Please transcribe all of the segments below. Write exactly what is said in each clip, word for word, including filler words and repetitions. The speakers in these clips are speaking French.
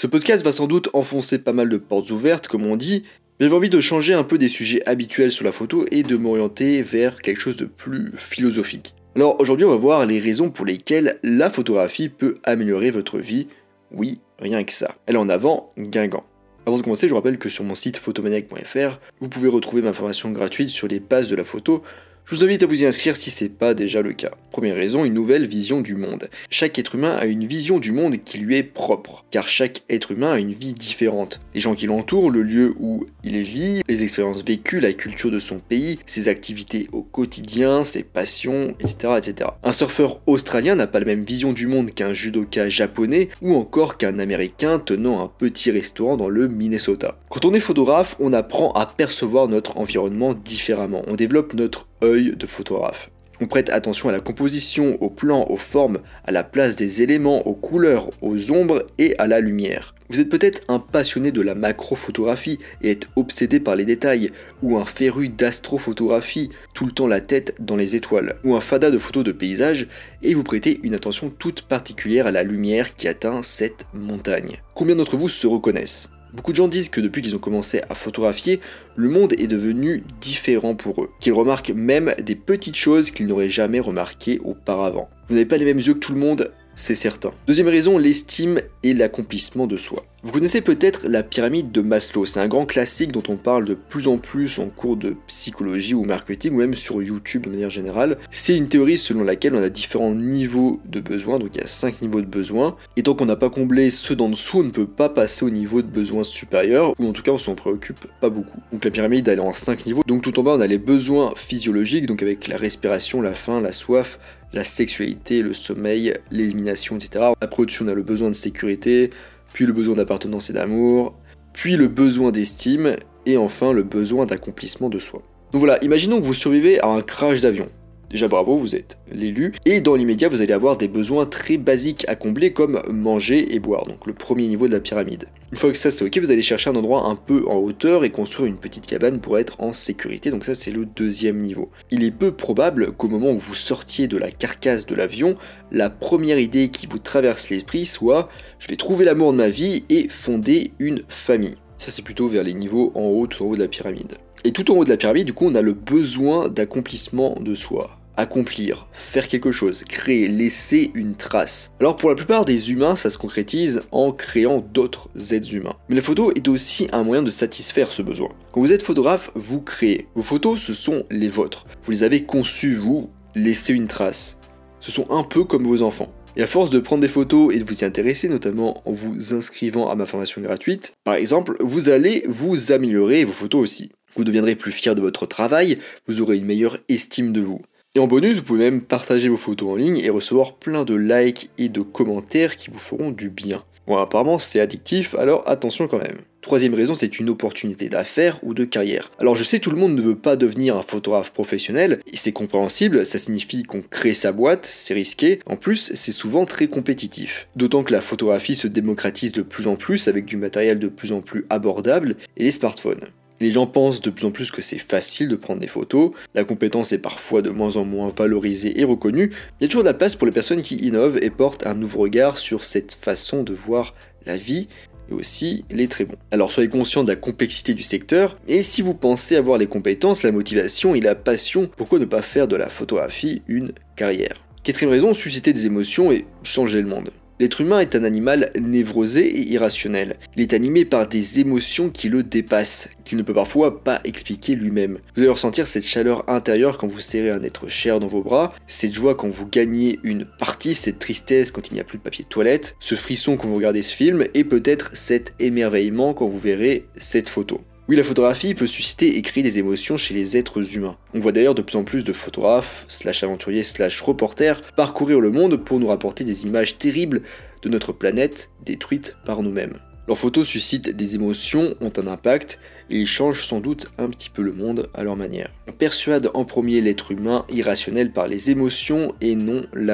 Ce podcast va sans doute enfoncer pas mal de portes ouvertes, comme on dit, mais j'avais envie de changer un peu des sujets habituels sur la photo et de m'orienter vers quelque chose de plus philosophique. Alors aujourd'hui, on va voir les raisons pour lesquelles la photographie peut améliorer votre vie. Oui, rien que ça. Elle est en avant, Guingamp. Avant de commencer, je vous rappelle que sur mon site photomaniac point f r, vous pouvez retrouver ma formation gratuite sur les bases de la photo. Je vous invite à vous y inscrire si c'est pas déjà le cas. Première raison, une nouvelle vision du monde. Chaque être humain a une vision du monde qui lui est propre, car chaque être humain a une vie différente. Les gens qui l'entourent, le lieu où il vit, les expériences vécues, la culture de son pays, ses activités au quotidien, ses passions, et cetera, et cetera. Un surfeur australien n'a pas la même vision du monde qu'un judoka japonais ou encore qu'un américain tenant un petit restaurant dans le Minnesota. Quand on est photographe, on apprend à percevoir notre environnement différemment. On développe notre œil de photographe. On prête attention à la composition, aux plans, aux formes, à la place des éléments, aux couleurs, aux ombres et à la lumière. Vous êtes peut-être un passionné de la macrophotographie et êtes obsédé par les détails, ou un féru d'astrophotographie, tout le temps la tête dans les étoiles, ou un fada de photos de paysage, et vous prêtez une attention toute particulière à la lumière qui atteint cette montagne. Combien d'entre vous se reconnaissent ? Beaucoup de gens disent que depuis qu'ils ont commencé à photographier, le monde est devenu différent pour eux, qu'ils remarquent même des petites choses qu'ils n'auraient jamais remarquées auparavant. Vous n'avez pas les mêmes yeux que tout le monde, c'est certain. Deuxième raison, l'estime et l'accomplissement de soi. Vous connaissez peut-être la pyramide de Maslow, c'est un grand classique dont on parle de plus en plus en cours de psychologie ou marketing ou même sur YouTube de manière générale. C'est une théorie selon laquelle on a différents niveaux de besoins, donc il y a cinq niveaux de besoins, et tant qu'on n'a pas comblé ceux d'en dessous, on ne peut pas passer au niveau de besoins supérieurs, ou en tout cas on s'en préoccupe pas beaucoup. Donc la pyramide elle est en cinq niveaux, donc tout en bas on a les besoins physiologiques, donc avec la respiration, la faim, la soif, la sexualité, le sommeil, l'élimination, et cetera. Après au-dessus on a le besoin de sécurité, puis le besoin d'appartenance et d'amour, puis le besoin d'estime, et enfin le besoin d'accomplissement de soi. Donc voilà, imaginons que vous survivez à un crash d'avion. Déjà bravo, vous êtes l'élu, et dans l'immédiat vous allez avoir des besoins très basiques à combler comme manger et boire, donc le premier niveau de la pyramide. Une fois que ça c'est ok, vous allez chercher un endroit un peu en hauteur et construire une petite cabane pour être en sécurité, donc ça c'est le deuxième niveau. Il est peu probable qu'au moment où vous sortiez de la carcasse de l'avion, la première idée qui vous traverse l'esprit soit « je vais trouver l'amour de ma vie et fonder une famille ». Ça c'est plutôt vers les niveaux en haut, tout en haut de la pyramide. Et tout en haut de la pyramide, du coup on a le besoin d'accomplissement de soi. Accomplir, faire quelque chose, créer, laisser une trace. Alors pour la plupart des humains, ça se concrétise en créant d'autres êtres humains. Mais la photo est aussi un moyen de satisfaire ce besoin. Quand vous êtes photographe, vous créez. Vos photos, ce sont les vôtres. Vous les avez conçues, vous, laissez une trace. Ce sont un peu comme vos enfants. Et à force de prendre des photos et de vous y intéresser, notamment en vous inscrivant à ma formation gratuite, par exemple, vous allez vous améliorer vos photos aussi. Vous deviendrez plus fier de votre travail, vous aurez une meilleure estime de vous. Et en bonus, vous pouvez même partager vos photos en ligne et recevoir plein de likes et de commentaires qui vous feront du bien. Bon, apparemment c'est addictif, alors attention quand même. Troisième raison, c'est une opportunité d'affaires ou de carrière. Alors je sais, tout le monde ne veut pas devenir un photographe professionnel, et c'est compréhensible, ça signifie qu'on crée sa boîte, c'est risqué, en plus c'est souvent très compétitif. D'autant que la photographie se démocratise de plus en plus avec du matériel de plus en plus abordable et les smartphones. Les gens pensent de plus en plus que c'est facile de prendre des photos, la compétence est parfois de moins en moins valorisée et reconnue, il y a toujours de la place pour les personnes qui innovent et portent un nouveau regard sur cette façon de voir la vie, et aussi les très bons. Alors soyez conscient de la complexité du secteur, et si vous pensez avoir les compétences, la motivation et la passion, pourquoi ne pas faire de la photographie une carrière ? Quatrième raison, susciter des émotions et changer le monde. L'être humain est un animal névrosé et irrationnel. Il est animé par des émotions qui le dépassent, qu'il ne peut parfois pas expliquer lui-même. Vous allez ressentir cette chaleur intérieure quand vous serrez un être cher dans vos bras, cette joie quand vous gagnez une partie, cette tristesse quand il n'y a plus de papier de toilette, ce frisson quand vous regardez ce film, et peut-être cet émerveillement quand vous verrez cette photo. Oui, la photographie peut susciter et créer des émotions chez les êtres humains. On voit d'ailleurs de plus en plus de photographes, slash aventuriers, slash reporters, parcourir le monde pour nous rapporter des images terribles de notre planète détruite par nous-mêmes. Leurs photos suscitent des émotions, ont un impact, et ils changent sans doute un petit peu le monde à leur manière. On persuade en premier l'être humain irrationnel par les émotions et non la raison.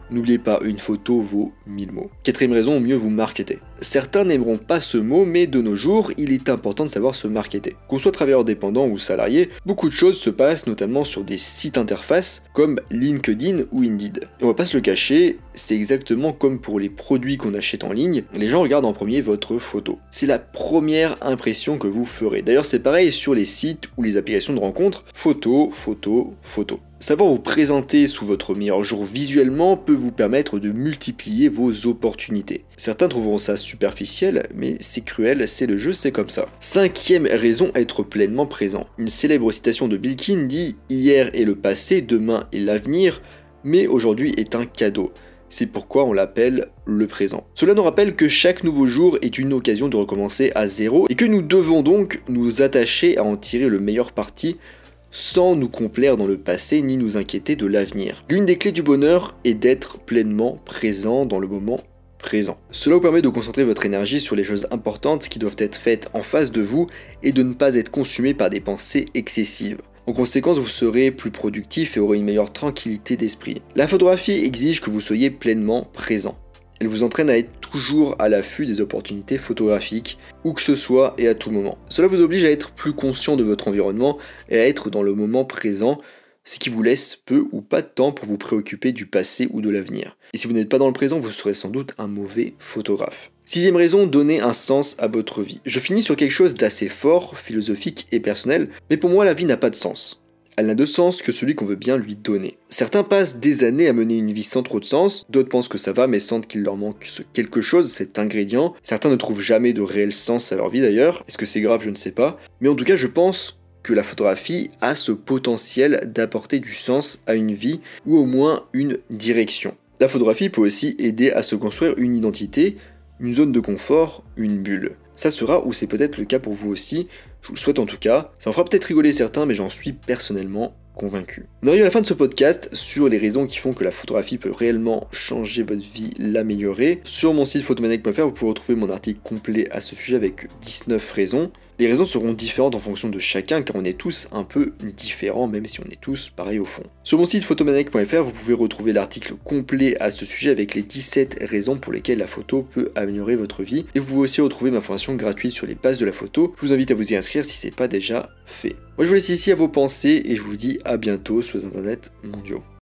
N'oubliez pas, une photo vaut mille mots. Quatrième raison, mieux vous marketer. Certains n'aimeront pas ce mot, mais de nos jours, il est important de savoir se marketer. Qu'on soit travailleur dépendant ou salarié, beaucoup de choses se passent notamment sur des sites interfaces comme LinkedIn ou Indeed. Et on va pas se le cacher, c'est exactement comme pour les produits qu'on achète en ligne, les gens regardent en premier votre photo. C'est la première impression que vous ferez. D'ailleurs, c'est pareil sur les sites ou les applications de rencontres, photo, photo, photo. Savoir vous présenter sous votre meilleur jour visuellement peut vous permettre de multiplier vos opportunités. Certains trouveront ça superficiel, mais c'est cruel, c'est le jeu, c'est comme ça. Cinquième raison, être pleinement présent. Une célèbre citation de Bill Keane dit « Hier est le passé, demain est l'avenir, mais aujourd'hui est un cadeau ». C'est pourquoi on l'appelle le présent. Cela nous rappelle que chaque nouveau jour est une occasion de recommencer à zéro et que nous devons donc nous attacher à en tirer le meilleur parti sans nous complaire dans le passé ni nous inquiéter de l'avenir. L'une des clés du bonheur est d'être pleinement présent dans le moment présent. Cela vous permet de concentrer votre énergie sur les choses importantes qui doivent être faites en face de vous et de ne pas être consumé par des pensées excessives. En conséquence, vous serez plus productif et aurez une meilleure tranquillité d'esprit. La photographie exige que vous soyez pleinement présent. Elle vous entraîne à être toujours à l'affût des opportunités photographiques, où que ce soit et à tout moment. Cela vous oblige à être plus conscient de votre environnement et à être dans le moment présent, ce qui vous laisse peu ou pas de temps pour vous préoccuper du passé ou de l'avenir. Et si vous n'êtes pas dans le présent, vous serez sans doute un mauvais photographe. Sixième raison, donner un sens à votre vie. Je finis sur quelque chose d'assez fort, philosophique et personnel, mais pour moi la vie n'a pas de sens. Elle n'a de sens que celui qu'on veut bien lui donner. Certains passent des années à mener une vie sans trop de sens, d'autres pensent que ça va mais sentent qu'il leur manque quelque chose, cet ingrédient. Certains ne trouvent jamais de réel sens à leur vie d'ailleurs. Est-ce que c'est grave? Je ne sais pas. Mais en tout cas, je pense que la photographie a ce potentiel d'apporter du sens à une vie ou au moins une direction. La photographie peut aussi aider à se construire une identité, une zone de confort, une bulle. Ça sera ou c'est peut-être le cas pour vous aussi, je vous le souhaite en tout cas. Ça en fera peut-être rigoler certains, mais j'en suis personnellement convaincu. On arrive à la fin de ce podcast sur les raisons qui font que la photographie peut réellement changer votre vie, l'améliorer. Sur mon site photomaniac point f r, vous pouvez retrouver mon article complet à ce sujet avec dix-neuf raisons. Les raisons seront différentes en fonction de chacun car on est tous un peu différents même si on est tous pareils au fond. Sur mon site photomaniac point f r, vous pouvez retrouver l'article complet à ce sujet avec les dix-sept raisons pour lesquelles la photo peut améliorer votre vie. Et vous pouvez aussi retrouver ma formation gratuite sur les bases de la photo. Je vous invite à vous y inscrire si c'est pas déjà fait. Moi je vous laisse ici à vos pensées et je vous dis à bientôt sur les internets mondiaux.